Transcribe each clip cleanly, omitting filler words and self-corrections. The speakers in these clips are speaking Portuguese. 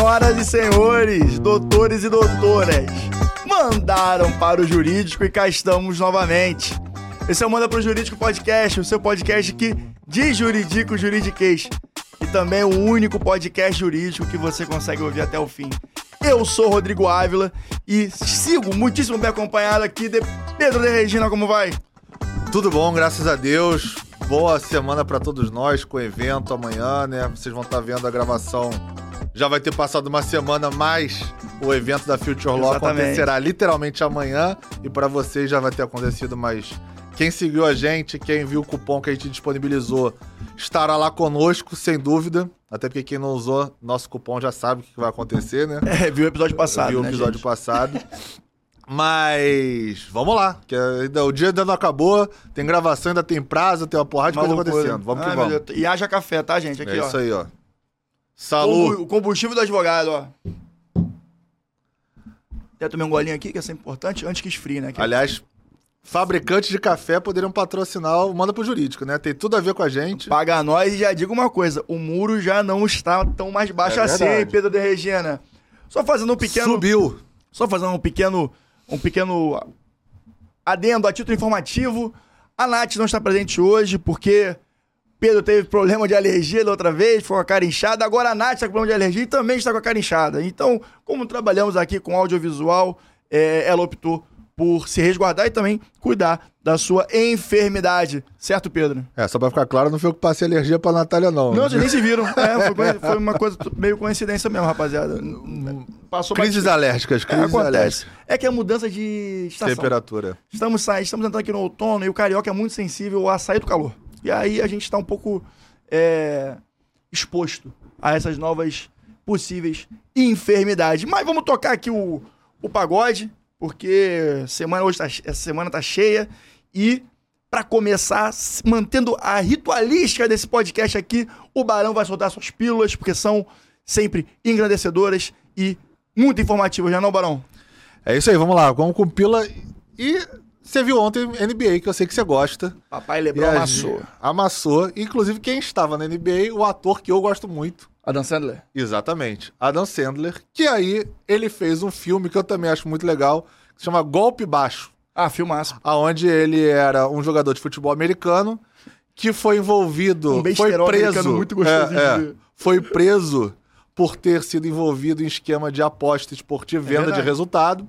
Senhoras e senhores, doutores e doutoras, mandaram para o jurídico e cá estamos novamente. Esse é o Manda pro Jurídico Podcast, o seu podcast que diz juridico juridiquês. E também o único podcast jurídico que você consegue ouvir até o fim. Eu sou Rodrigo Ávila e sigo muitíssimo bem acompanhado aqui de Pedro de Regina, como vai? Tudo bom, graças a Deus. Boa semana para todos nós, com o evento amanhã, né? Vocês vão estar vendo a gravação. Já vai ter passado uma semana, mas o evento da Future Law acontecerá literalmente amanhã. E para vocês já vai ter acontecido, mas quem seguiu a gente, quem viu o cupom que a gente disponibilizou, estará lá conosco, sem dúvida. Até porque quem não usou nosso cupom já sabe o que vai acontecer, né? Viu o episódio passado, Viu o episódio passado. Mas vamos lá, que o dia ainda não acabou, tem gravação, ainda tem prazo, tem uma porrada de coisa acontecendo. Vamos que vamos. E haja café, tá, gente? Aqui, ó. Isso aí, ó. Saúde. O combustível do advogado, ó. Quer tomar um golinho aqui, que é sempre importante, antes que esfrie, né? Aliás, fabricantes de café poderiam patrocinar o Manda pro Jurídico, né? Tem tudo a ver com a gente. Paga nós e já digo uma coisa, o muro já não está tão mais baixo assim, hein, Pedro de Regina? Só fazendo um pequeno... Subiu. Só fazendo um pequeno adendo a título informativo. A Nath não está presente hoje porque Pedro teve problema de alergia da outra vez, ficou com a cara inchada. Agora a Nath está com problema de alergia e também está com a cara inchada. Então, como trabalhamos aqui com audiovisual, ela optou por se resguardar e também cuidar da sua enfermidade. Certo, Pedro? Só pra ficar claro, não foi eu que passei alergia pra Natália, não. Não, vocês nem se viram. Foi uma coisa meio coincidência mesmo, rapaziada. Passou crises alérgicas, crises alérgicas. É que é a mudança de estação. Temperatura. Estamos entrando aqui no outono e o carioca é muito sensível à saída do calor. E aí a gente está um pouco exposto a essas novas possíveis enfermidades. Mas vamos tocar aqui o pagode, porque essa semana tá cheia. E para começar, mantendo a ritualística desse podcast aqui, o Barão vai soltar suas pílulas, porque são sempre engrandecedoras e muito informativas, já não, Barão? É isso aí, vamos lá, vamos com pílula. E você viu ontem NBA, que eu sei que você gosta. Papai LeBron amassou. Amassou. Inclusive, quem estava na NBA, o ator que eu gosto muito. Adam Sandler? Exatamente. Adam Sandler, que aí ele fez um filme que eu também acho muito legal, que se chama Golpe Baixo. Filmaço. Onde ele era um jogador de futebol americano que foi envolvido, foi preso. Muito gostoso de ver. Foi preso por ter sido envolvido em esquema de aposta esportiva e venda de resultado.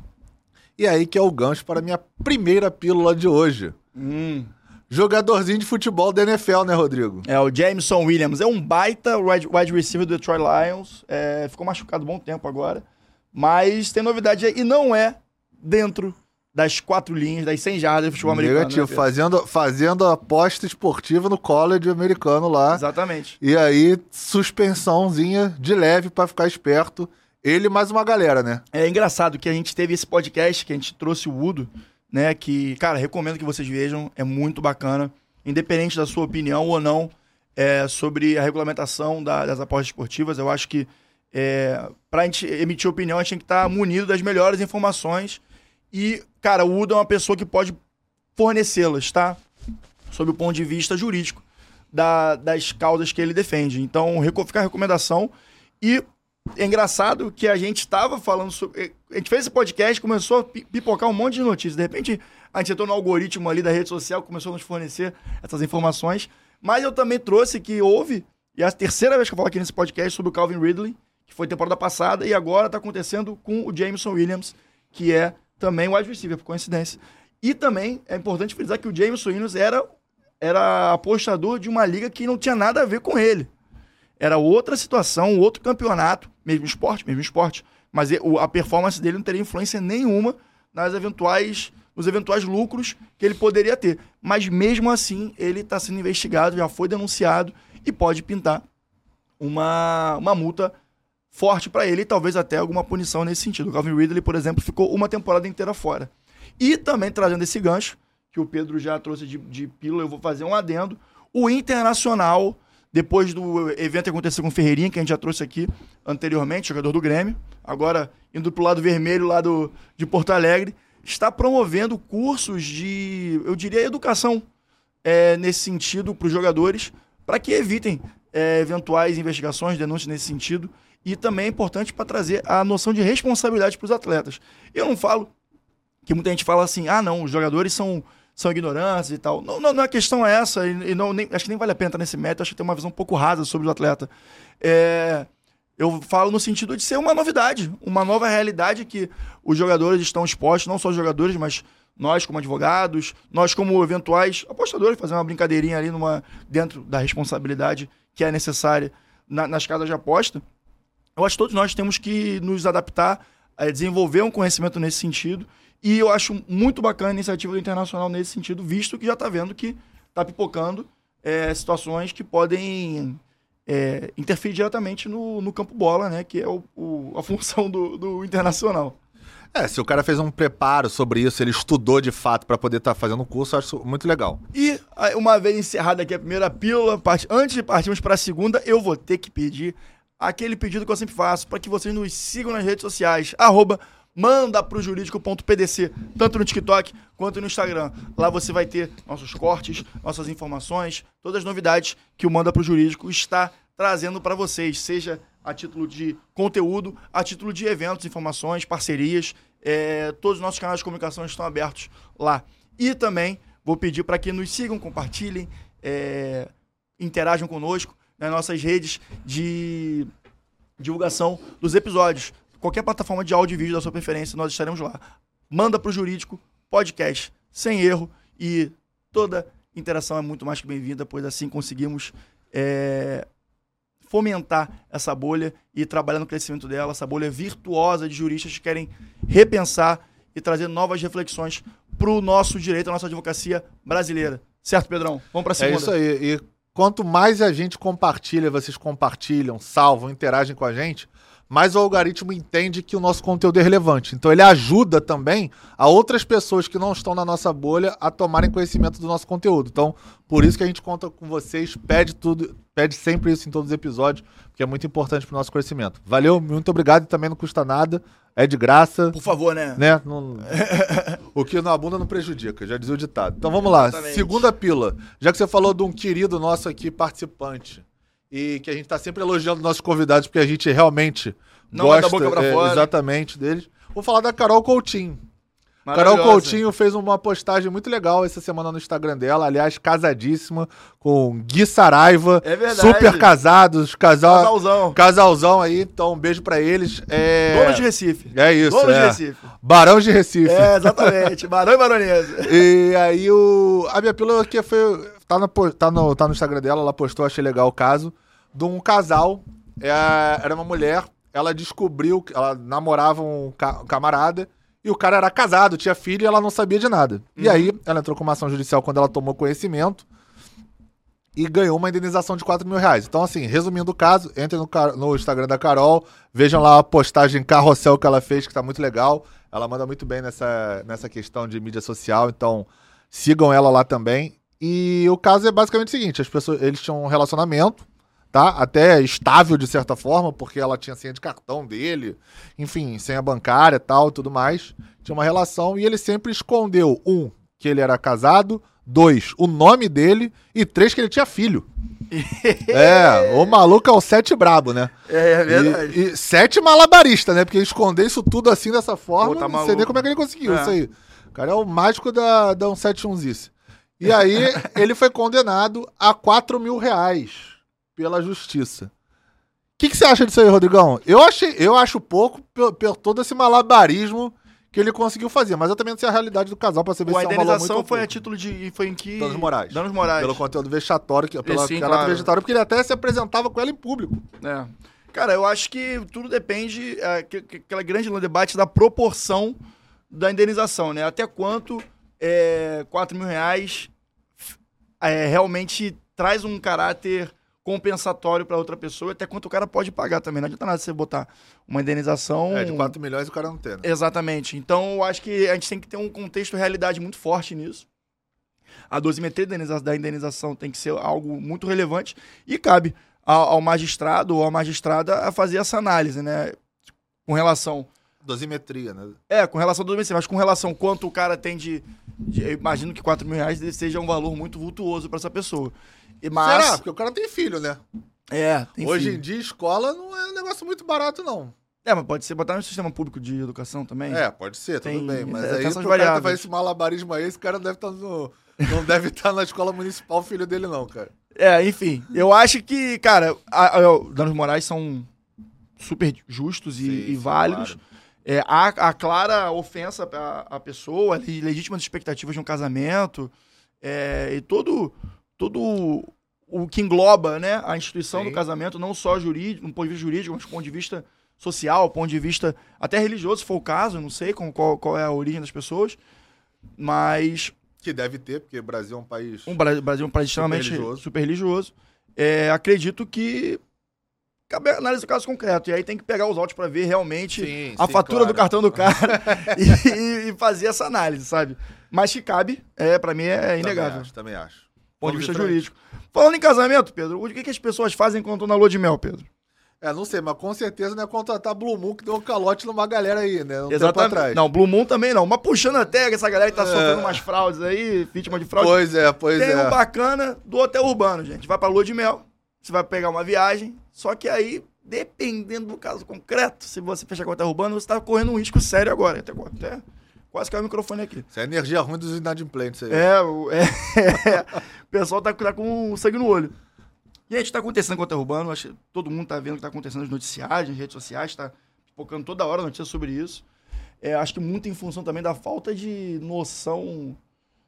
E aí que é o gancho para a minha primeira pílula de hoje. Jogadorzinho de futebol da NFL, né, Rodrigo? O Jameson Williams. É um baita wide receiver do Detroit Lions. Ficou machucado um bom tempo agora. Mas tem novidade aí. E não é dentro das 4 linhas, das 100 jardas do futebol americano. Negativo. Né, fazendo aposta esportiva no college americano lá. Exatamente. E aí, suspensãozinha de leve pra ficar esperto. Ele e mais uma galera, né? É engraçado que a gente teve esse podcast, que a gente trouxe o Udo, né? Que, cara, recomendo que vocês vejam. É muito bacana. Independente da sua opinião ou não sobre a regulamentação das apostas esportivas, eu acho que pra gente emitir opinião, a gente tem que estar munido das melhores informações. E, cara, o Udo é uma pessoa que pode fornecê-las, tá? Sob o ponto de vista jurídico das causas que ele defende. Então, fica a recomendação. E é engraçado que a gente estava falando sobre... A gente fez esse podcast, começou a pipocar um monte de notícias. De repente, a gente entrou no algoritmo ali da rede social, começou a nos fornecer essas informações. Mas eu também trouxe que houve, e é a terceira vez que eu falo aqui nesse podcast, sobre o Calvin Ridley, que foi temporada passada, e agora está acontecendo com o Jameson Williams, que é também o wide receiver, por coincidência. E também é importante frisar que o Jameson Williams era apostador de uma liga que não tinha nada a ver com ele. Era outra situação, outro campeonato, mesmo esporte. Mas a performance dele não teria influência nenhuma nos eventuais lucros que ele poderia ter. Mas mesmo assim, ele está sendo investigado, já foi denunciado e pode pintar uma multa forte para ele e talvez até alguma punição nesse sentido. O Calvin Ridley, por exemplo, ficou uma temporada inteira fora. E também trazendo esse gancho, que o Pedro já trouxe de pílula, eu vou fazer um adendo. O Internacional, depois do evento que aconteceu com o Ferreirinha, que a gente já trouxe aqui anteriormente, jogador do Grêmio, agora indo pro lado vermelho lá de Porto Alegre, está promovendo cursos de, eu diria, educação nesse sentido para os jogadores, para que evitem eventuais investigações, denúncias nesse sentido. E também é importante para trazer a noção de responsabilidade para os atletas. Eu não falo que muita gente fala assim, não, os jogadores são ignorantes e tal. Não, a questão é essa, e acho que nem vale a pena estar nesse mérito, acho que tem uma visão um pouco rasa sobre o atleta. Eu falo no sentido de ser uma novidade, uma nova realidade que os jogadores estão expostos, não só os jogadores, mas nós como advogados, nós como eventuais apostadores, fazer uma brincadeirinha ali dentro da responsabilidade que é necessária nas casas de aposta. Eu acho que todos nós temos que nos adaptar, desenvolver um conhecimento nesse sentido, e eu acho muito bacana a iniciativa do Internacional nesse sentido, visto que já está vendo que está pipocando situações que podem interferir diretamente no campo bola, né, que é a função do Internacional. Se o cara fez um preparo sobre isso, ele estudou de fato para poder estar fazendo o curso, eu acho muito legal. E, uma vez encerrada aqui a primeira pílula, antes de partirmos para a segunda, eu vou ter que pedir aquele pedido que eu sempre faço, para que vocês nos sigam nas redes sociais, @mandaprojurídico.pdc, tanto no TikTok quanto no Instagram. Lá você vai ter nossos cortes, nossas informações, todas as novidades que o Manda Pro Jurídico está trazendo para vocês, seja a título de conteúdo, a título de eventos, informações, parcerias. Todos os nossos canais de comunicação estão abertos lá. E também vou pedir para que nos sigam, compartilhem, interajam conosco nas nossas redes de divulgação dos episódios. Qualquer plataforma de áudio e vídeo da sua preferência, nós estaremos lá. Manda Pro Jurídico, podcast sem erro, e toda interação é muito mais que bem-vinda, pois assim conseguimos fomentar essa bolha e trabalhar no crescimento dela, essa bolha virtuosa de juristas que querem repensar e trazer novas reflexões para o nosso direito, a nossa advocacia brasileira. Certo, Pedrão? Vamos para a segunda. É isso aí. E quanto mais a gente compartilha, vocês compartilham, salvam, interagem com a gente, mais o algoritmo entende que o nosso conteúdo é relevante. Então ele ajuda também a outras pessoas que não estão na nossa bolha a tomarem conhecimento do nosso conteúdo. Então, por isso que a gente conta com vocês, pede sempre isso em todos os episódios, porque é muito importante para o nosso conhecimento. Valeu, muito obrigado, e também não custa nada, é de graça. Por favor, né? Não... O que na bunda não prejudica, já dizia o ditado. Então vamos lá, segunda pílula. Já que você falou de um querido nosso aqui, participante, e que a gente tá sempre elogiando nossos convidados, porque a gente realmente gosta da boca pra fora. Exatamente deles. Vou falar da Carol Coutinho. Carol Coutinho fez uma postagem muito legal essa semana no Instagram dela, aliás, casadíssima, com Gui Saraiva. É verdade. Super casados, casalzão aí, então um beijo pra eles. Donos de Recife. É isso, Donos de Recife. Barão de Recife. Exatamente, Barão e Baronesa. E aí a minha pílula aqui foi... Tá no Instagram dela, ela postou, achei legal o caso, de um casal, era uma mulher, ela descobriu que ela namorava um camarada, e o cara era casado, tinha filho, e ela não sabia de nada. E aí, ela entrou com uma ação judicial quando ela tomou conhecimento, e ganhou uma indenização de R$4.000. Então, assim, resumindo o caso, entrem no Instagram da Carol, vejam lá a postagem carrossel que ela fez, que tá muito legal, ela manda muito bem nessa questão de mídia social, então sigam ela lá também. E o caso é basicamente o seguinte, eles tinham um relacionamento, tá? Até estável de certa forma, porque ela tinha senha de cartão dele, enfim, senha bancária e tal, tudo mais. Tinha uma relação e ele sempre escondeu, 1, que ele era casado, 2, o nome dele, e 3, que ele tinha filho. O maluco é o 7 brabo, né? É verdade. E 7 malabarista, né? Porque esconder isso tudo assim, dessa forma, tá não sei nem como é que ele conseguiu isso aí. O cara é o mágico da 171zice. E aí, ele foi condenado a R$4.000 pela justiça. O que você acha disso aí, Rodrigão? Eu acho pouco por todo esse malabarismo que ele conseguiu fazer, mas eu também não sei a realidade do casal pra saber se é um valor muito... A indenização foi a título de... Foi em que... Danos morais. Danos morais. Pelo conteúdo vexatório, Sim, claro. vexatório, porque ele até se apresentava com ela em público. Cara, eu acho que tudo depende, aquela grande debate da proporção da indenização, né? Até quanto R$4.000 realmente traz um caráter compensatório para outra pessoa, até quanto o cara pode pagar também. Não adianta nada você botar uma indenização... de 4 milhões o cara não tem, né? Exatamente. Então, eu acho que a gente tem que ter um contexto, realidade muito forte nisso. A dosimetria da indenização tem que ser algo muito relevante e cabe ao magistrado ou à magistrada a fazer essa análise, né? Com relação... Dosimetria, né? Com relação à dosimetria, mas com relação ao quanto o cara tem eu imagino que R$4.000 seja um valor muito vultuoso para essa pessoa. Será? Porque o cara tem filho, né? Tem Hoje filho. em dia, escola não é um negócio muito barato, não. Mas pode ser botar no sistema público de educação também. Pode ser, Tem- tudo bem. Mas tem aí essas pro cara variáveis. que faz esse malabarismo aí, esse cara deve estar não deve estar na escola municipal, filho dele não, cara. Enfim. Eu acho que, cara, os danos morais são super justos e válidos. Claro. Há clara ofensa à pessoa, legítimas expectativas de um casamento, e todo o que engloba, né, a instituição Sim. do casamento, não só jurídico, um ponto de vista jurídico, mas um ponto de vista social, um ponto de vista até religioso, se for o caso, não sei qual é a origem das pessoas, mas Que deve ter, porque o Brasil é um país... o Brasil é um país extremamente super religioso. Acredito que cabe a análise do caso concreto. E aí tem que pegar os autos para ver realmente a fatura do cartão do cara e fazer essa análise, sabe? Mas que cabe, para mim é inegável. Também acho. Ponto de vista jurídico. Falando em casamento, Pedro, o que as pessoas fazem quando estão na lua de mel, Pedro? Não sei, mas com certeza não é contratar Blue Moon, que deu um calote numa galera aí, né? Um tempo Exatamente. atrás. Não, Blue Moon também não. Mas puxando até essa galera que tá sofrendo umas fraudes aí, vítima de fraude. Pois é. Tem um bacana do hotel urbano, gente. Vai pra lua de mel, você vai pegar uma viagem, só que aí, dependendo do caso concreto, se você fechar com o hotel urbano, você tá correndo um risco sério agora. Até quase caiu o microfone aqui. Isso é energia ruim dos inadimplentes aí. O pessoal tá com sangue no olho. Gente, tá acontecendo com o hotel urbano, acho que todo mundo tá vendo o que tá acontecendo nos noticiários, nas redes sociais, tá focando toda hora notícia sobre isso. Acho que muito em função também da falta de noção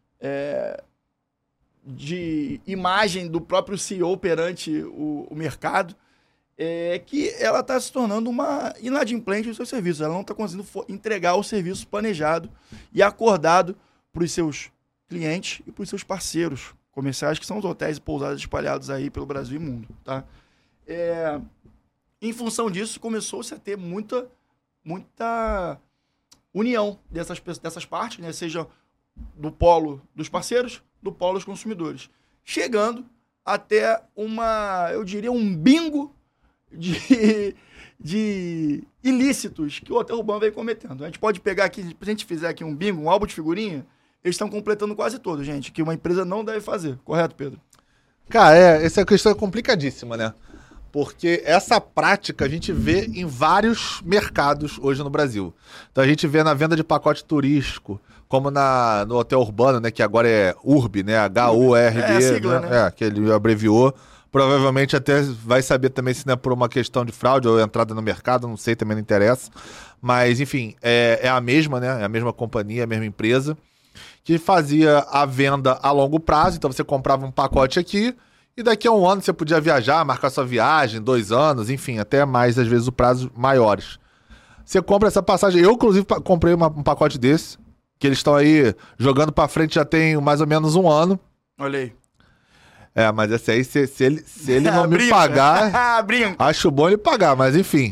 de imagem do próprio CEO perante o mercado, que ela está se tornando uma inadimplente dos seus serviços. Ela não está conseguindo entregar o serviço planejado e acordado para os seus clientes e para os seus parceiros comerciais, que são os hotéis e pousadas espalhados aí pelo Brasil e mundo, tá? Em função disso, começou-se a ter muita união dessas partes, né? Seja do polo dos parceiros, do polo dos consumidores. Chegando até eu diria, um bingo de ilícitos que o hotel urbano vem cometendo. A gente pode pegar aqui, se a gente fizer aqui um bingo, um álbum de figurinha, eles estão completando quase todos, gente, que uma empresa não deve fazer. Correto, Pedro? Cara, essa questão é complicadíssima, né? Porque essa prática a gente vê em vários mercados hoje no Brasil. Então a gente vê na venda de pacote turístico, como no hotel urbano, né? Que agora é URB, né? HURB, a sigla, né? Que ele abreviou. Provavelmente até vai saber também se não é por uma questão de fraude ou entrada no mercado, não sei, também não interessa. Mas, enfim, é a mesma, né? É a mesma companhia, a mesma empresa, que fazia a venda a longo prazo. Então você comprava um pacote aqui e daqui a um ano você podia viajar, marcar sua viagem, 2 anos, enfim, até mais, às vezes, o prazo maiores. Você compra essa passagem. Eu, inclusive, comprei um pacote desse, que eles estão aí jogando pra frente já tem mais ou menos 1 ano. Olha aí. Mas esse aí, se ele não me pagar, acho bom ele pagar, mas enfim.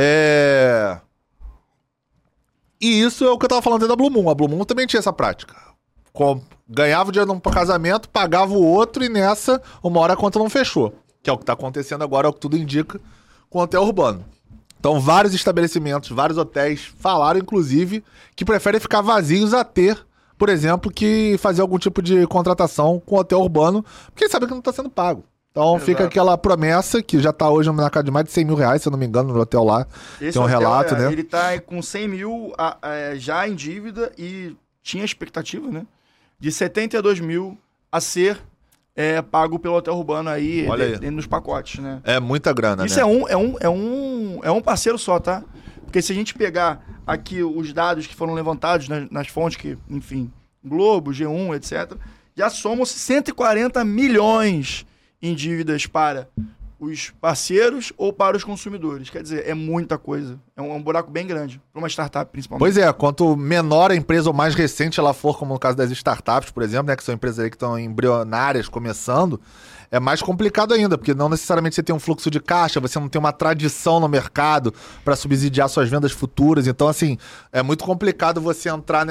E isso é o que eu tava falando da Blue Moon. A Blue Moon também tinha essa prática. Ganhava o dinheiro num casamento, pagava o outro e nessa, uma hora a conta não fechou. Que é o que tá acontecendo agora, é o que tudo indica com o hotel urbano. Então, vários estabelecimentos, vários hotéis falaram, inclusive, que preferem ficar vazios a ter, por exemplo, que fazer algum tipo de contratação com o hotel urbano, porque eles sabem que não está sendo pago. Então fica aquela promessa, que já está hoje na casa de mais de 100 mil reais, se eu não me engano, no hotel lá. Esse tem um hotel, relato, né? Ele está com 100 mil já em dívida e tinha expectativa, né? De 72 mil a ser pago pelo hotel urbano aí, nos pacotes, né? É muita grana, isso, né? É um parceiro só, tá? Porque se a gente pegar aqui os dados que foram levantados nas fontes que, enfim, Globo, G1, etc., já somam-se 140 milhões em dívidas para os parceiros ou para os consumidores. Quer dizer, é muita coisa. É um buraco bem grande, para uma startup, principalmente. Pois é, quanto menor a empresa ou mais recente ela for, como no caso das startups, por exemplo, né, que são empresas aí que estão embrionárias, começando, é mais complicado ainda, porque não necessariamente você tem um fluxo de caixa, você não tem uma tradição no mercado para subsidiar suas vendas futuras. Então, assim, é muito complicado você entrar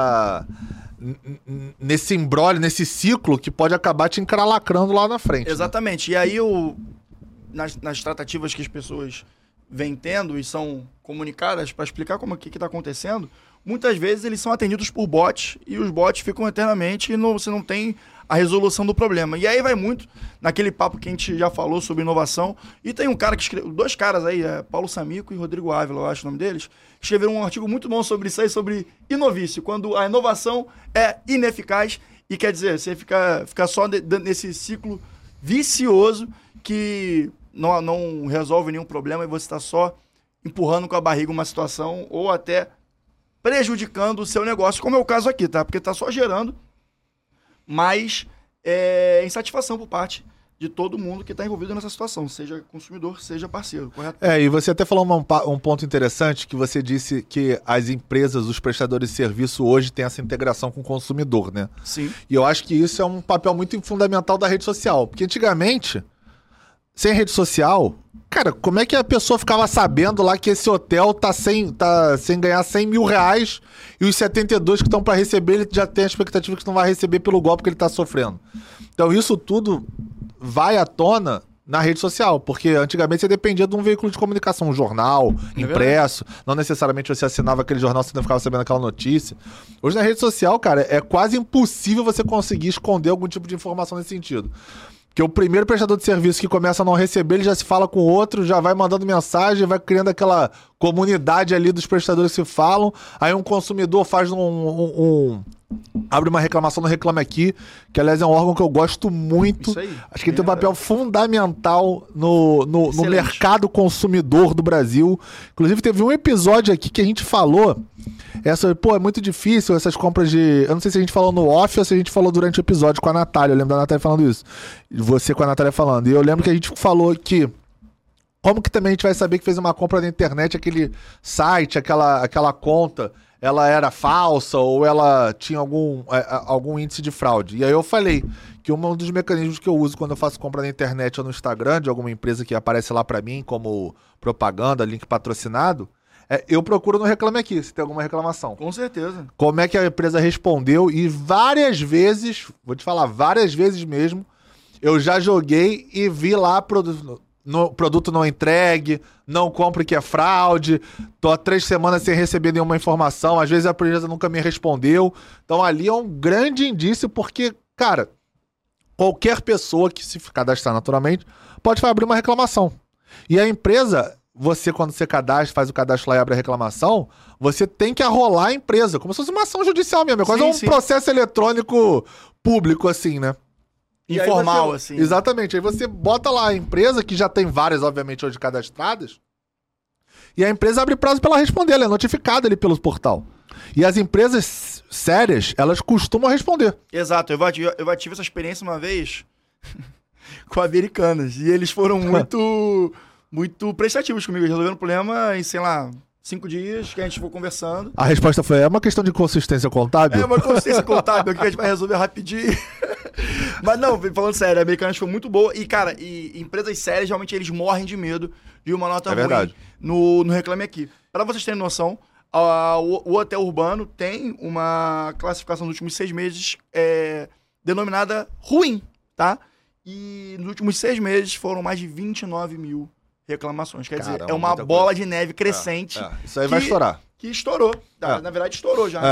nesse imbróglio, nesse ciclo que pode acabar te encralacrando lá na frente. Exatamente. Né? E aí, nas tratativas que as pessoas vêm tendo e são comunicadas para explicar como que está acontecendo, muitas vezes eles são atendidos por bots e os bots ficam eternamente e você não tem a resolução do problema. E aí vai muito naquele papo que a gente já falou sobre inovação. E tem um cara que escreveu, 2 caras aí, Paulo Samico e Rodrigo Ávila, eu acho o nome deles, escreveram um artigo muito bom sobre isso aí, sobre inovício, quando a inovação é ineficaz e quer dizer, você fica só nesse ciclo vicioso que não resolve nenhum problema e você está só empurrando com a barriga uma situação ou até prejudicando o seu negócio, como é o caso aqui, tá? Porque está só gerando mais insatisfação por parte de todo mundo que está envolvido nessa situação, seja consumidor, seja parceiro, correto? E você até falou um ponto interessante, que você disse que as empresas, os prestadores de serviço hoje têm essa integração com o consumidor, né? Sim. E eu acho que isso é um papel muito fundamental da rede social, porque antigamente, sem rede social, cara, como é que a pessoa ficava sabendo lá que esse hotel tá sem ganhar 100 mil reais e os 72 que estão para receber, ele já tem a expectativa que não vai receber pelo golpe que ele tá sofrendo. Então isso tudo vai à tona na rede social, porque antigamente você dependia de um veículo de comunicação, um jornal, impresso, não necessariamente você assinava aquele jornal, você não ficava sabendo aquela notícia. Hoje na rede social, cara, é quase impossível você conseguir esconder algum tipo de informação nesse sentido. Porque o primeiro prestador de serviço que começa a não receber, ele já se fala com o outro, já vai mandando mensagem, vai criando aquela comunidade ali dos prestadores que se falam. Aí um consumidor faz abre uma reclamação no Reclame Aqui, que aliás é um órgão que eu gosto muito. Isso aí. Acho que ele tem um papel fundamental no mercado consumidor do Brasil. Inclusive teve um episódio aqui que a gente falou, é muito difícil essas compras de... Eu não sei se a gente falou no off ou se a gente falou durante o episódio com a Natália. Eu lembro da Natália falando isso. Você com a Natália falando. E eu lembro que a gente falou que como que também a gente vai saber que fez uma compra na internet, aquele site, aquela conta, ela era falsa ou ela tinha algum índice de fraude. E aí eu falei que um dos mecanismos que eu uso quando eu faço compra na internet ou no Instagram de alguma empresa que aparece lá pra mim como propaganda, link patrocinado, eu procuro no Reclame Aqui, se tem alguma reclamação. Com certeza. Como é que a empresa respondeu e várias vezes, vou te falar, várias vezes mesmo, eu já joguei e vi lá produto não entregue, não compre que é fraude, tô há 3 semanas sem receber nenhuma informação, às vezes a empresa nunca me respondeu. Então ali é um grande indício porque, cara, qualquer pessoa que se cadastrar naturalmente pode abrir uma reclamação. E a empresa... quando você faz o cadastro lá e abre a reclamação, você tem que arrolar a empresa, como se fosse uma ação judicial mesmo. É quase um processo eletrônico público, assim, né? Informal, assim. Exatamente. Aí você bota lá a empresa, que já tem várias, obviamente, hoje cadastradas, e a empresa abre prazo pra ela responder, ela é notificada ali pelo portal. E as empresas sérias, elas costumam responder. Exato. Eu tive essa experiência uma vez com Americanas, e eles foram muito prestativos comigo, resolvendo o problema em, sei lá, 5 dias que a gente ficou conversando. A resposta foi, é uma questão de consistência contábil? É uma consistência contábil, que a gente vai resolver rapidinho. Mas não, falando sério, a Americanas foi muito boa. E, cara, empresas sérias, realmente, eles morrem de medo de uma nota ruim no Reclame Aqui. Pra vocês terem noção, o hotel urbano tem uma classificação nos últimos 6 meses denominada ruim, tá? E nos últimos 6 meses foram mais de 29 mil reclamações. Quer dizer, é uma bola de neve crescente. Isso aí vai estourar. Que estourou. Na verdade, estourou já.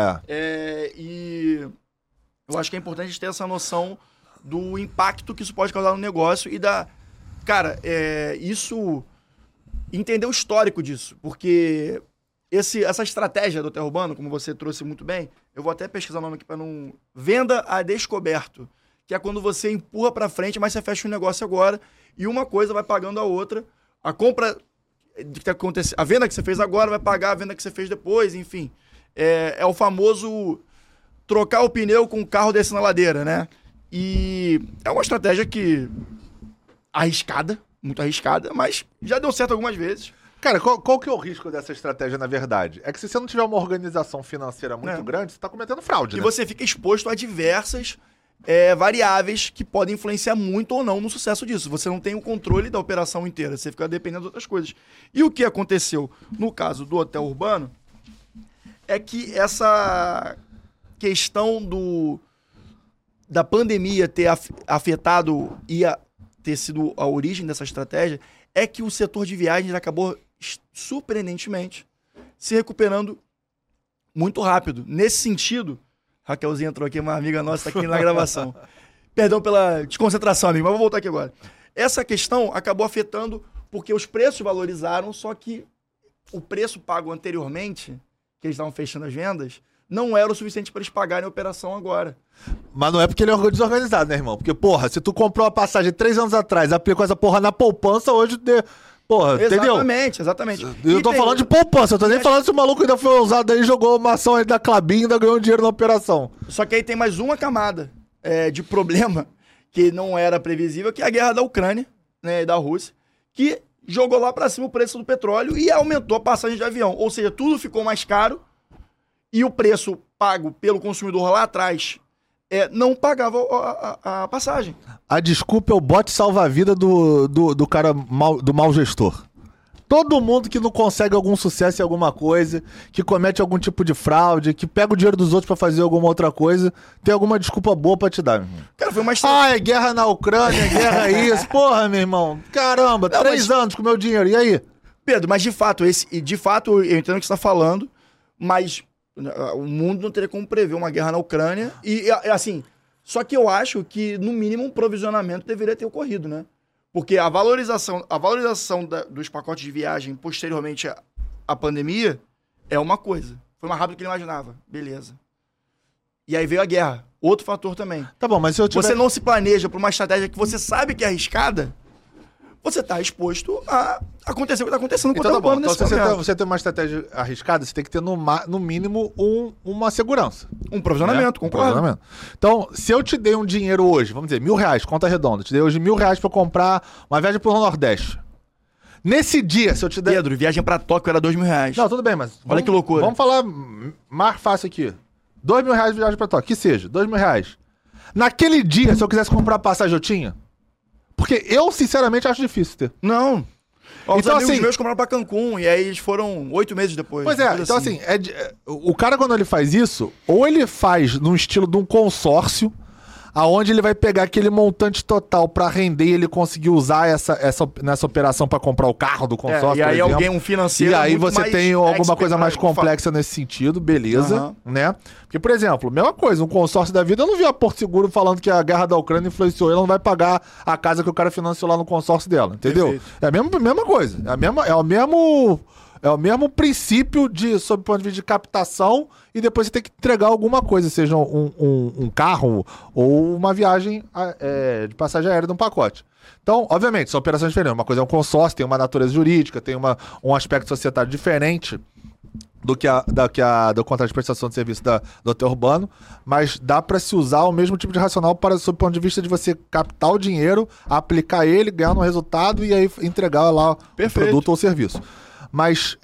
E eu acho que é importante a gente ter essa noção do impacto que isso pode causar no negócio e da... Cara, isso... Entender o histórico disso. Porque essa estratégia do hotel urbano, como você trouxe muito bem, eu vou até pesquisar o nome aqui para não... Venda a descoberto. Que é quando você empurra para frente, mas você fecha o negócio agora e uma coisa vai pagando a outra. A compra que acontece, a venda que você fez agora vai pagar a venda que você fez depois, enfim. É o famoso trocar o pneu com o carro descendo na ladeira, né? E é uma estratégia que arriscada, muito arriscada, mas já deu certo algumas vezes. Cara, qual que é o risco dessa estratégia, na verdade? É que se você não tiver uma organização financeira muito grande, você tá cometendo fraude, né? E você fica exposto a diversas... variáveis que podem influenciar muito ou não no sucesso disso. Você não tem o controle da operação inteira, você fica dependendo de outras coisas. E o que aconteceu no caso do hotel urbano é que essa questão da pandemia ter afetado e ter sido a origem dessa estratégia é que o setor de viagens acabou surpreendentemente se recuperando muito rápido. Nesse sentido, Raquelzinha entrou aqui, uma amiga nossa está aqui na gravação. Perdão pela desconcentração, amigo, mas vou voltar aqui agora. Essa questão acabou afetando porque os preços valorizaram, só que o preço pago anteriormente, que eles estavam fechando as vendas, não era o suficiente para eles pagarem a operação agora. Mas não é porque ele é desorganizado, né, irmão? Porque, porra, se tu comprou uma passagem 3 anos atrás, aplicou essa porra na poupança, hoje... Porra, entendeu? Exatamente. Eu tô falando de poupança, eu tô nem falando se o maluco ainda foi ousado aí, jogou uma ação aí da Klabin e ainda ganhou dinheiro na operação. Só que aí tem mais uma camada de problema que não era previsível, que é a guerra da Ucrânia, né, e da Rússia, que jogou lá pra cima o preço do petróleo e aumentou a passagem de avião. Ou seja, tudo ficou mais caro e o preço pago pelo consumidor lá atrás não pagava a passagem. A desculpa é o bote salva-vida do cara do mau gestor. Todo mundo que não consegue algum sucesso em alguma coisa, que comete algum tipo de fraude, que pega o dinheiro dos outros pra fazer alguma outra coisa, tem alguma desculpa boa pra te dar, meu irmão. Cara, foi mais... é guerra na Ucrânia, é guerra isso. Porra, meu irmão. Caramba, não, 3 anos com o meu dinheiro. E aí? Pedro, mas de fato, eu entendo o que você tá falando, mas o mundo não teria como prever uma guerra na Ucrânia. E assim, só que eu acho que, no mínimo, um provisionamento deveria ter ocorrido, né? Porque a valorização dos pacotes de viagem posteriormente à pandemia é uma coisa. Foi mais rápido do que ele imaginava. Beleza. E aí veio a guerra. Outro fator também. Tá bom, mas se eu tiver... Você não se planeja para uma estratégia que você sabe que é arriscada, você está exposto a acontecer o que está acontecendo com o teu plano nesse momento. Então, você tem uma estratégia arriscada, você tem que ter no mínimo uma segurança. Um provisionamento, né? concordo. Provisionamento. Então, se eu te dei um dinheiro hoje, vamos dizer, R$1.000, conta redonda, te dei hoje R$1.000 para comprar uma viagem pro Nordeste. Nesse dia, se eu te der... Pedro, viagem para Tóquio era R$2.000. Não, tudo bem, mas... Olha que loucura. Vamos falar mais fácil aqui. R$2.000 de viagem para Tóquio, que seja, R$2.000. Naquele dia, se eu quisesse comprar passagem, eu tinha? Porque eu, sinceramente, acho difícil ter. Não. Os então, amigos assim, meus compraram pra Cancún e aí eles foram 8 meses depois. Pois é, então assim, o cara quando ele faz isso, ou ele faz no estilo de um consórcio, aonde ele vai pegar aquele montante total pra render e ele conseguir usar nessa operação pra comprar o carro do consórcio, e aí por exemplo. alguém, um financeiro... E aí você tem alguma coisa mais complexa complexa nesse sentido, beleza, né? Porque, por exemplo, mesma coisa, um consórcio da vida, eu não vi a Porto Seguro falando que a guerra da Ucrânia influenciou, ela não vai pagar a casa que o cara financiou lá no consórcio dela, entendeu? Perfeito. É a mesma coisa, é o mesmo princípio sob o ponto de vista de captação, e depois você tem que entregar alguma coisa, seja um carro ou uma viagem de passagem aérea de um pacote. Então, obviamente, são operações diferentes. Uma coisa é um consórcio, tem uma natureza jurídica, tem um aspecto societário diferente do contrato de prestação de serviço do hotel urbano, mas dá para se usar o mesmo tipo de racional sob o ponto de vista de você captar o dinheiro, aplicar ele, ganhar um resultado e aí entregar lá o produto ou serviço. Mas,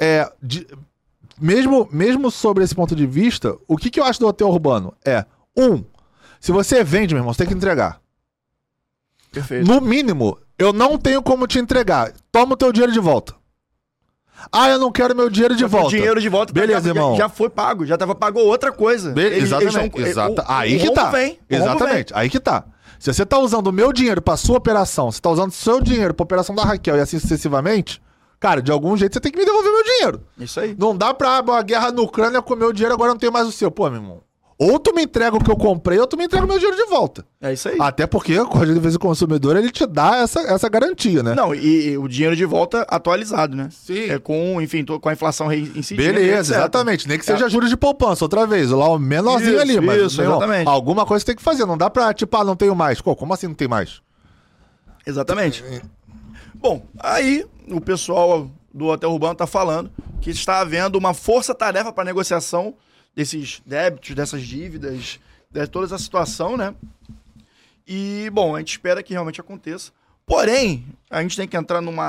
mesmo sobre esse ponto de vista, o que eu acho do hotel urbano se você vende, meu irmão, você tem que entregar. Perfeito. No mínimo, eu não tenho como te entregar. Toma o teu dinheiro de volta. Eu não quero meu dinheiro de volta. O dinheiro de volta, beleza, irmão. Já foi pago, já tava pago outra coisa. Exatamente. Aí que tá. Exatamente. Aí que tá. Se você tá usando o meu dinheiro pra sua operação, você tá usando o seu dinheiro pra operação da Raquel e assim sucessivamente, cara, de algum jeito você tem que me devolver meu dinheiro. Isso aí. Não dá pra a guerra na Ucrânia com o meu dinheiro, agora eu não tenho mais o seu. Pô, meu irmão. Ou tu me entrega o que eu comprei, ou tu me entrega o meu dinheiro de volta. É isso aí. Até porque o Código de Defesa do Consumidor, ele te dá essa garantia, né? Não, e o dinheiro de volta atualizado, né? Sim. Com a inflação reincidindo. Beleza, exatamente. Nem que seja juros de poupança, outra vez. Lá o menorzinho ali, mas isso, exatamente. Alguma coisa você tem que fazer. Não dá pra, não tenho mais. Como assim não tem mais? Exatamente. Bom, aí o pessoal do Hotel Urbano tá falando que está havendo uma força-tarefa para negociação desses débitos, dessas dívidas, de toda essa situação, né? E, bom, a gente espera que realmente aconteça. Porém, a gente tem que entrar num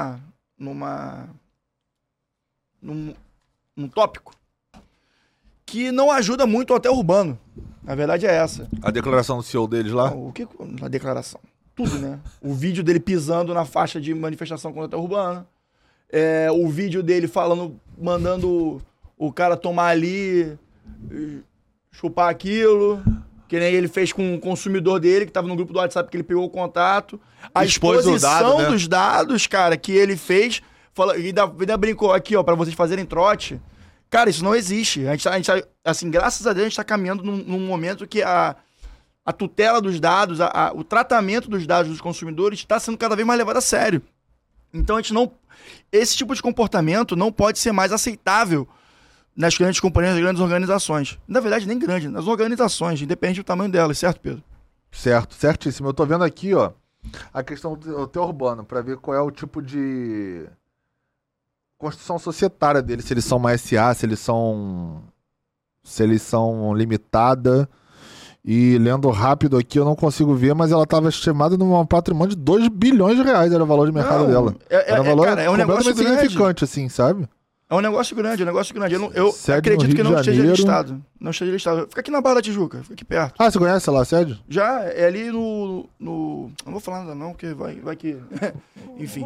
tópico que não ajuda muito o Hotel Urbano. A verdade é essa. A declaração do CEO deles lá? O que a declaração? Tudo, né? O vídeo dele pisando na faixa de manifestação contra o Hotel Urbano. O vídeo dele mandando o cara tomar ali, chupar aquilo, que nem ele fez com o consumidor dele, que tava no grupo do WhatsApp que ele pegou o contato. A exposição dos dados, cara, que ele fez, e ainda brincou aqui, ó, pra vocês fazerem trote. Cara, isso não existe. A gente tá, assim, graças a Deus, a gente tá caminhando num momento que a tutela dos dados, o tratamento dos dados dos consumidores está sendo cada vez mais levado a sério. Então, esse tipo de comportamento não pode ser mais aceitável nas grandes companhias, nas grandes organizações. Na verdade, nem grande, nas organizações, independente do tamanho delas, certo, Pedro? Certo, certíssimo. Eu tô vendo aqui, ó, a questão do hotel urbano, para ver qual é o tipo de construção societária deles, se eles são uma SA, se eles são limitada. E lendo rápido aqui, eu não consigo ver, mas ela estava estimada num patrimônio de 2 bilhões de reais, era o valor de mercado dela. Era um valor cara, é um negócio significante, assim, sabe? É um negócio grande, Eu acredito que não esteja listado. Não esteja listado. Fica aqui na Barra da Tijuca, fica aqui perto. Ah, você conhece lá, sério? Já, é ali no... Não vou falar nada não, porque vai que... Enfim.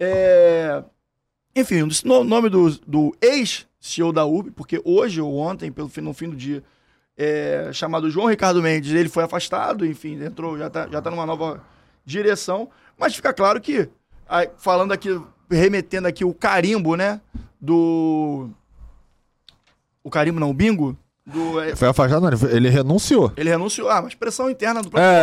Enfim, o nome do ex-CEO da URB, porque hoje ou ontem, no fim do dia, chamado João Ricardo Mendes, ele foi afastado, enfim, entrou, já tá numa nova direção, mas fica claro que, falando aqui, remetendo aqui o carimbo, né, o carimbo não, o bingo, foi afastado, não, ele renunciou. Ele renunciou, mas pressão interna do próprio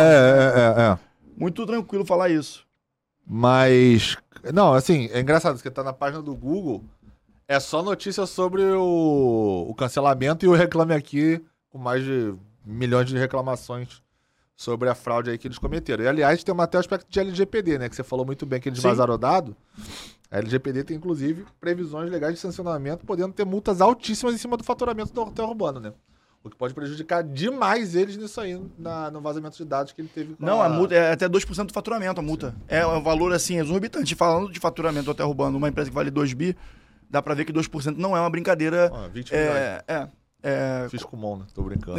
Muito tranquilo falar isso. Mas, não, assim, é engraçado, porque tá na página do Google, é só notícia sobre o cancelamento e o Reclame Aqui, com mais de milhões de reclamações sobre a fraude aí que eles cometeram. E, aliás, tem até o aspecto de LGPD, né? Que você falou muito bem que eles vazaram o dado. A LGPD tem, inclusive, previsões legais de sancionamento, podendo ter multas altíssimas em cima do faturamento do hotel urbano, né? O que pode prejudicar demais eles nisso aí, no vazamento de dados que ele teve. Não, a multa é até 2% do faturamento, a multa. Sim. É um valor, assim, exorbitante. Falando de faturamento do hotel urbano, uma empresa que vale 2 bi, dá pra ver que 2% não é uma brincadeira. 20 milhões. Fiz Kumon, né? Tô brincando.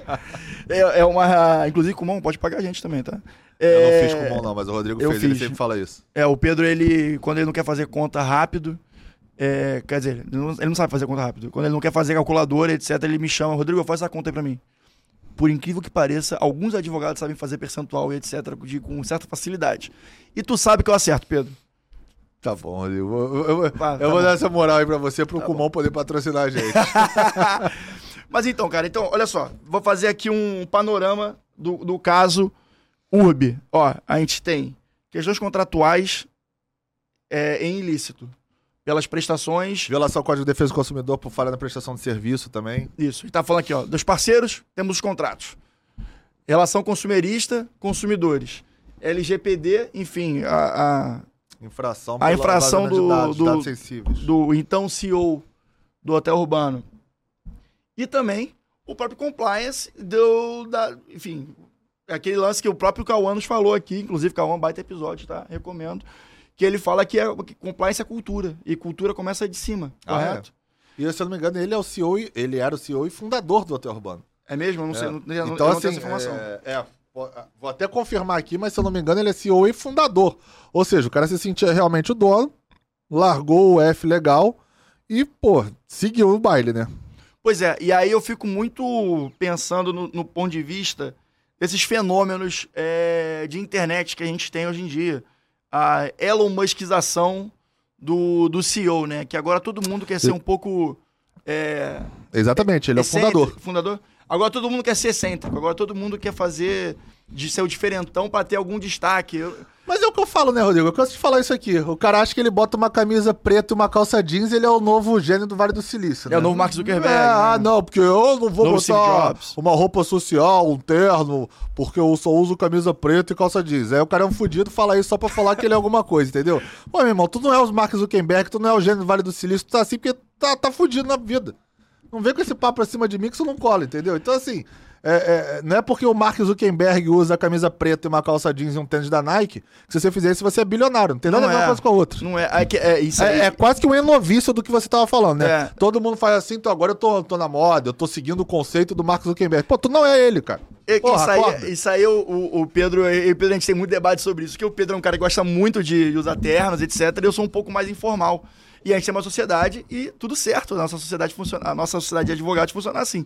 Inclusive, Kumon pode pagar a gente também, tá? Eu não fiz Kumon, não, mas o Rodrigo fez, ele sempre fala isso. O Pedro, quando ele não quer fazer conta rápido, quer dizer, ele não sabe fazer conta rápido. Quando ele não quer fazer calculadora, etc., ele me chama, Rodrigo, faz essa conta aí pra mim. Por incrível que pareça, alguns advogados sabem fazer percentual e etc., com certa facilidade. E tu sabe que eu acerto, Pedro. Tá bom, Rodrigo. Eu vou dar essa moral aí pra você, pro Kumon poder patrocinar a gente. Mas então, cara, olha só. Vou fazer aqui um panorama do caso URB. Ó, a gente tem questões contratuais em ilícito. Pelas prestações... Violação ao Código de Defesa do Consumidor por falha na prestação de serviço também. Isso. A gente tá falando aqui, ó. Dos parceiros, temos os contratos. Relação consumerista, consumidores. LGPD, enfim, infração dados sensíveis. Do então CEO do hotel urbano. E também o próprio compliance enfim, aquele lance que o próprio Cauã nos falou aqui, inclusive Cauã, baita episódio, tá? Recomendo. Que ele fala que compliance é cultura. E cultura começa de cima, correto? E se eu não me engano, ele era o CEO e fundador do hotel urbano. É mesmo? Eu não sei. Então, eu não assim, tenho essa informação. Vou até confirmar aqui, mas se eu não me engano, ele é CEO e fundador. Ou seja, o cara se sentia realmente o dono, largou o F legal e, seguiu o baile, né? Pois é, e aí eu fico muito pensando no ponto de vista desses fenômenos de internet que a gente tem hoje em dia. A Elon Muskização do CEO, né? Que agora todo mundo quer ser um pouco... Exatamente, ele é o fundador. Agora todo mundo quer ser excêntrico, agora todo mundo quer fazer de ser o diferentão pra ter algum destaque. Mas é o que eu falo, né, Rodrigo? Eu canso de falar isso aqui. O cara acha que ele bota uma camisa preta e uma calça jeans e ele é o novo gênio do Vale do Silício, né? É o novo Mark Zuckerberg. Né? Não, porque eu não vou botar uma roupa social, um terno, porque eu só uso camisa preta e calça jeans. Aí o cara é um fudido, fala isso só pra falar que ele é alguma coisa, entendeu? Pô, meu irmão, tu não é o Mark Zuckerberg, tu não é o gênio do Vale do Silício, tu tá assim porque tá fudido na vida. Não vem com esse papo pra cima de mim que isso não cola, entendeu? Então, assim, não é porque o Mark Zuckerberg usa a camisa preta e uma calça jeans e um tênis da Nike, que se você fizer isso, você é bilionário. Não tem nada a ver uma coisa com a outra. Não é. Isso é quase que um enovício do que você tava falando, né? Todo mundo faz assim, então agora eu tô na moda, eu tô seguindo o conceito do Mark Zuckerberg. Pô, tu não é ele, cara. Isso aí o Pedro, a gente tem muito debate sobre isso, porque o Pedro é um cara que gosta muito de usar ternos, etc. E eu sou um pouco mais informal. E a gente tem uma sociedade e tudo certo, a nossa sociedade de advogados funciona assim.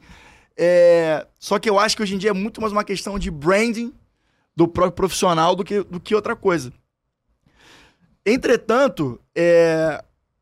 Só que eu acho que hoje em dia é muito mais uma questão de branding do próprio profissional do que outra coisa. Entretanto,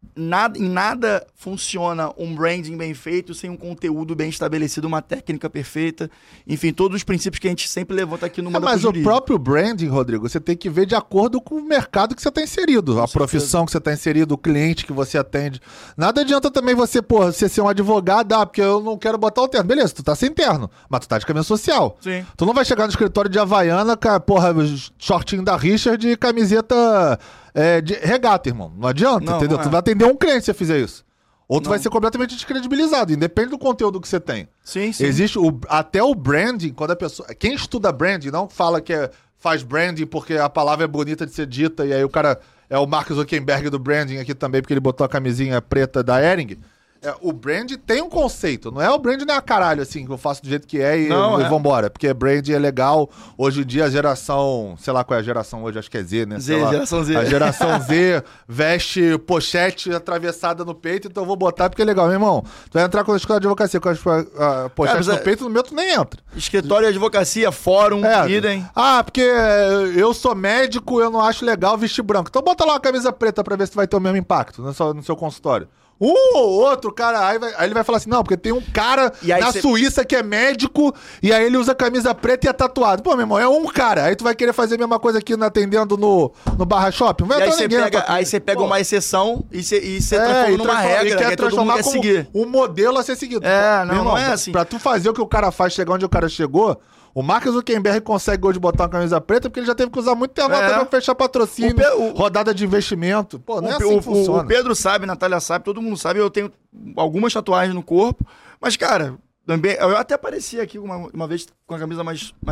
em nada funciona um branding bem feito sem um conteúdo bem estabelecido, uma técnica perfeita. Enfim, todos os princípios que a gente sempre levanta aqui no mundo Mas o próprio branding, Rodrigo, você tem que ver de acordo com o mercado que você está inserido, a profissão que você está inserido, o cliente que você atende. Nada adianta também você ser um advogado, porque eu não quero botar o terno. Beleza, tu tá sem terno, mas tu tá de camisa social. Sim. Tu não vai chegar no escritório de Havaiana, shortinho da Richard e camiseta... de regata, irmão. Não adianta, entendeu? Tu vai atender um cliente se você fizer isso. Ou tu vai ser completamente descredibilizado, independe do conteúdo que você tem. Sim. Existe até o branding, quando a pessoa... Quem estuda branding não fala que faz branding porque a palavra é bonita de ser dita, e aí o cara é o Mark Zuckerberg do branding aqui também, porque ele botou a camisinha preta da Hering. O brand tem um conceito, não é o brand não é caralho, assim, que eu faço do jeito que é e vambora. Porque brand é legal. Hoje em dia a geração, sei lá qual é a geração hoje, acho que é Z, né? Geração Z. A geração Z veste pochete atravessada no peito, então eu vou botar porque é legal. Meu irmão, tu vai entrar com a escola de advocacia com a pochete no peito, no meu tu nem entra. Escritório de advocacia, fórum, idem. Porque eu sou médico, eu não acho legal vestir branco. Então bota lá uma camisa preta pra ver se vai ter o mesmo impacto no seu consultório. Um ou outro, cara, aí ele vai falar assim, não, porque tem um cara na Suíça que é médico e aí ele usa camisa preta e é tatuado. Pô, meu irmão, é um cara. Aí tu vai querer fazer a mesma coisa aqui atendendo no Barra Shopping? Não vai entrar ninguém. Aí você pega uma exceção e você transforma numa regra, e quer transformar como seguir. Um modelo a ser seguido. Não é assim. Pra tu fazer o que o cara faz, chegar onde o cara chegou... O Mark Zuckerberg consegue hoje botar uma camisa preta porque ele já teve que usar muito tempo pra fechar patrocínio, rodada de investimento. Pô, não é assim que funciona. O Pedro sabe, a Natália sabe, todo mundo sabe. Eu tenho algumas tatuagens no corpo. Mas, cara, também, eu até apareci aqui uma vez com a camisa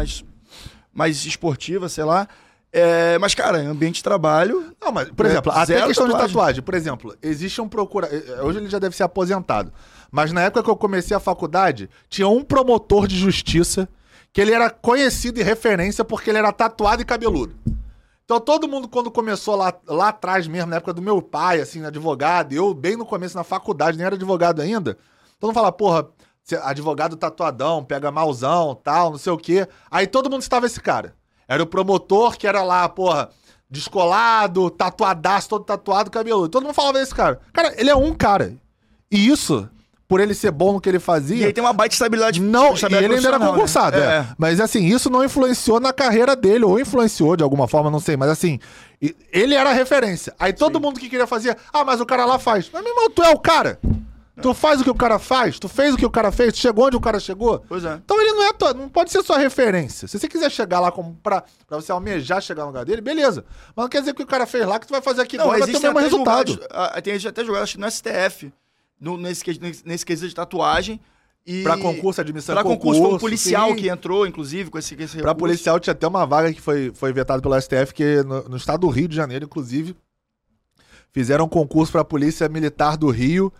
mais esportiva, sei lá. Mas, cara, ambiente de trabalho... Não, mas, por exemplo, até questão de tatuagem. Por exemplo, existe um Hoje ele já deve ser aposentado. Mas na época que eu comecei a faculdade, tinha um promotor de justiça que ele era conhecido e referência porque ele era tatuado e cabeludo. Então todo mundo, quando começou lá atrás mesmo, na época do meu pai, assim, advogado, eu bem no começo na faculdade, nem era advogado ainda, todo mundo fala, porra, advogado tatuadão, pega malzão, tal, não sei o quê. Aí todo mundo estava esse cara. Era o promotor que era lá, porra, descolado, tatuadaço, todo tatuado, cabeludo. Todo mundo falava desse cara. Cara, ele é um cara. E isso... por ele ser bom no que ele fazia... E ele tem uma baita estabilidade. Não, e ele ainda era concursado, né? Mas assim, isso não influenciou na carreira dele, ou influenciou de alguma forma, não sei. Mas assim, ele era a referência. Aí todo mundo que queria fazer, mas o cara lá faz. Mas, meu irmão, tu é o cara. Tu faz o que o cara faz, tu fez o que o cara fez, tu chegou onde o cara chegou. Pois é. Então ele não pode ser sua referência. Se você quiser chegar lá pra você almejar chegar no lugar dele, beleza. Mas não quer dizer que o cara fez lá que tu vai fazer aqui igual, vai ter o mesmo resultado. Tem até jogado, acho que no STF, nesse quesito de tatuagem. Pra concurso, admissão pra de concurso. Foi um policial que entrou, inclusive, com esse recurso. Pra policial tinha até uma vaga que foi vetada pelo STF, que no estado do Rio de Janeiro, inclusive, fizeram um concurso pra Polícia Militar do Rio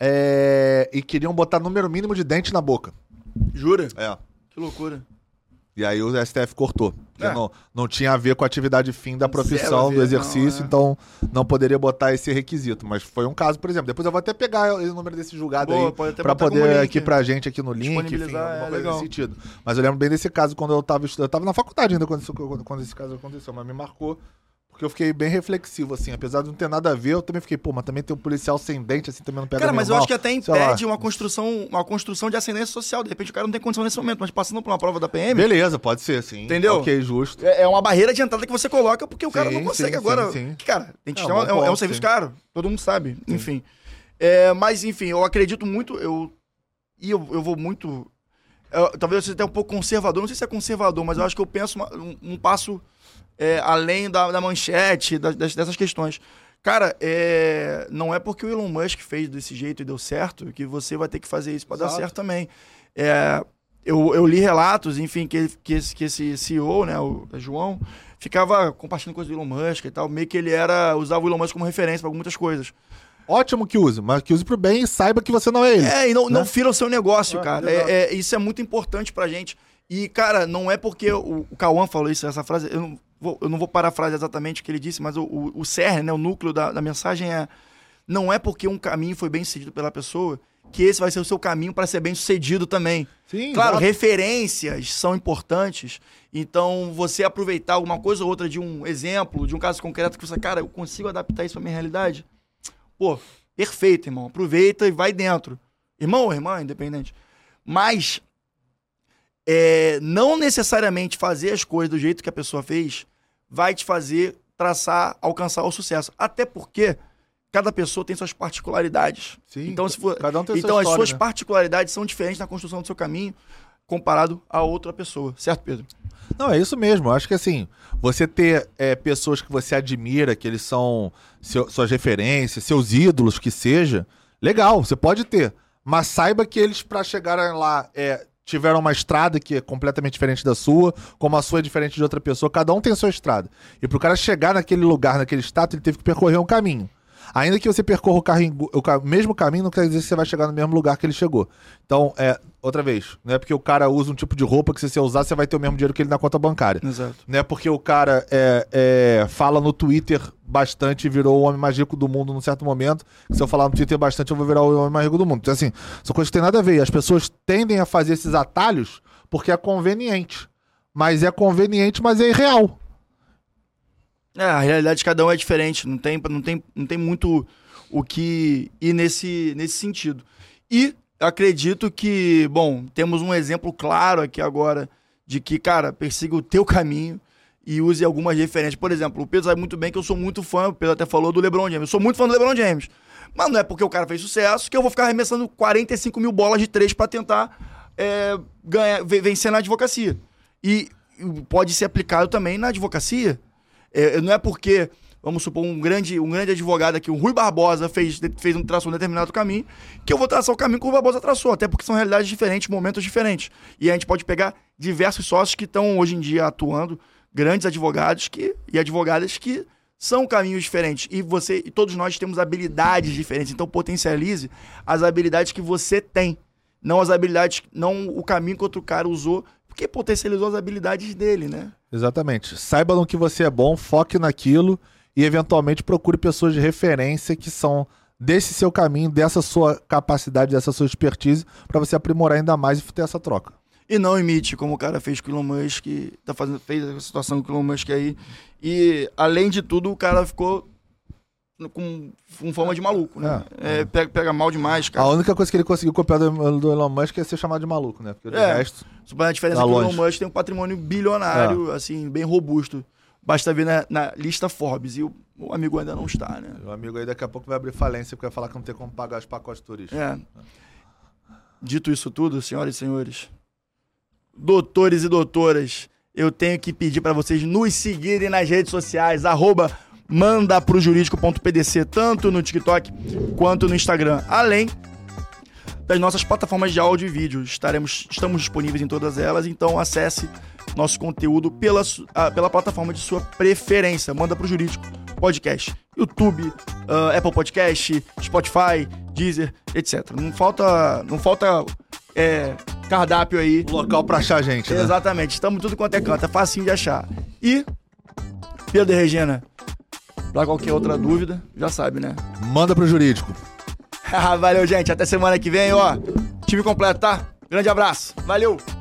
e queriam botar número mínimo de dente na boca. Jura? É. Que loucura. E aí o STF cortou. Não tinha a ver com a atividade fim da profissão, do exercício, então não poderia botar esse requisito. Mas foi um caso, por exemplo. Depois eu vou até pegar o número desse julgado aí pra poder aqui pra gente aqui no link, enfim, alguma coisa nesse sentido. Mas eu lembro bem desse caso quando eu tava estudando. Eu tava na faculdade ainda quando esse caso aconteceu, mas me marcou. Porque eu fiquei bem reflexivo, assim. Apesar de não ter nada a ver, eu também fiquei, mas também tem um policial sem dente, assim, também não pega. Cara, mas eu acho que até impede uma construção de ascendência social. De repente o cara não tem condição nesse momento, mas passando por uma prova da PM... Beleza, pode ser, sim. Entendeu? Ok, justo. É uma barreira de entrada que você coloca porque o cara não consegue agora. Sim. Cara, é um serviço caro. Todo mundo sabe. Sim. Enfim. Mas, enfim, eu acredito muito... Eu vou muito... talvez eu seja até um pouco conservador. Não sei se é conservador, mas eu acho que eu penso um passo... além da manchete, dessas questões. Cara, não é porque o Elon Musk fez desse jeito e deu certo que você vai ter que fazer isso para dar certo também. Eu li relatos, enfim, que esse CEO, né, o João, ficava compartilhando coisas do Elon Musk e tal, meio que ele usava o Elon Musk como referência para muitas coisas. Ótimo que use, mas que use pro bem e saiba que você não é ele. E não fira o seu negócio, cara. Isso é muito importante pra gente. E, cara, não é porque o Cauã falou essa frase, eu não vou parafrasear exatamente o que ele disse, mas o cerne, né, o núcleo da mensagem não é porque um caminho foi bem sucedido pela pessoa que esse vai ser o seu caminho para ser bem sucedido também. Sim, claro, referências são importantes, então você aproveitar alguma coisa ou outra de um exemplo, de um caso concreto que você, cara, eu consigo adaptar isso à minha realidade? Pô, perfeito, irmão. Aproveita e vai dentro. Irmão ou irmã, independente. Mas não necessariamente fazer as coisas do jeito que a pessoa fez vai te fazer alcançar o sucesso. Até porque cada pessoa tem suas particularidades. Sim, então, cada um tem então sua as história, suas né? particularidades são diferentes na construção do seu caminho comparado a outra pessoa. Certo, Pedro? Não, é isso mesmo. Eu acho que assim, você ter pessoas que você admira, que eles são suas referências, seus ídolos, que seja, legal, você pode ter. Mas saiba que eles, pra chegarem lá, tiveram uma estrada que é completamente diferente da sua, como a sua é diferente de outra pessoa, cada um tem a sua estrada. E pro cara chegar naquele lugar, naquele status, ele teve que percorrer um caminho. Ainda que você percorra o mesmo caminho, não quer dizer que você vai chegar no mesmo lugar que ele chegou. Então, outra vez, não é porque o cara usa um tipo de roupa que se você usar, você vai ter o mesmo dinheiro que ele na conta bancária. Exato. Não é porque o cara fala no Twitter bastante e virou o homem mais rico do mundo num certo momento, que se eu falar no Twitter bastante, eu vou virar o homem mais rico do mundo. Então, assim, são coisas que tem nada a ver. E as pessoas tendem a fazer esses atalhos porque é conveniente. Mas é conveniente, mas é irreal. A realidade de cada um é diferente, não tem muito o que ir nesse sentido. E acredito que, bom, temos um exemplo claro aqui agora de que, cara, persiga o teu caminho e use algumas referências. Por exemplo, o Pedro sabe muito bem que eu sou muito fã, o Pedro até falou do LeBron James, eu sou muito fã do LeBron James. Mas não é porque o cara fez sucesso que eu vou ficar arremessando 45 mil bolas de 3 pra tentar vencer na advocacia. E pode ser aplicado também na advocacia. Não é porque, vamos supor, um grande advogado aqui, o Rui Barbosa, traçou um determinado caminho, que eu vou traçar o caminho que o Rui Barbosa traçou, até porque são realidades diferentes, momentos diferentes. E a gente pode pegar diversos sócios que estão hoje em dia atuando, grandes advogados e advogadas que são caminhos diferentes. E todos nós temos habilidades diferentes, então potencialize as habilidades que você tem, não o caminho que outro cara usou, porque potencializou as habilidades dele, né? Exatamente. Saiba no que você é bom, foque naquilo e eventualmente procure pessoas de referência que são desse seu caminho, dessa sua capacidade, dessa sua expertise, para você aprimorar ainda mais e ter essa troca. E não imite como o cara fez com o Elon Musk, fez a situação com o Elon Musk aí. E, além de tudo, o cara ficou com forma de maluco, né? Pega mal demais, cara. A única coisa que ele conseguiu copiar do Elon Musk é ser chamado de maluco, né? Porque o resto... A diferença é que o Elon Musk tem um patrimônio bilionário, assim, bem robusto. Basta ver na lista Forbes. E o amigo ainda não está, né? O amigo aí daqui a pouco vai abrir falência porque vai falar que não tem como pagar os pacotes turísticos. Dito isso tudo, senhoras e senhores, doutores e doutoras, eu tenho que pedir para vocês nos seguirem nas redes sociais, @mandaprojurídico.pdc, tanto no TikTok quanto no Instagram. Além das nossas plataformas de áudio e vídeo. Estamos disponíveis em todas elas, então acesse nosso conteúdo pela plataforma de sua preferência. Manda pro Jurídico Podcast. YouTube, Apple Podcast, Spotify, Deezer, etc. Não falta cardápio aí. Local pra achar a gente, né? Exatamente. Estamos tudo quanto é canto. É facinho de achar. E, Pedro e Regina, pra qualquer outra dúvida, já sabe, né? Manda pro Jurídico. Valeu, gente. Até semana que vem, ó. Time completo, tá? Grande abraço. Valeu.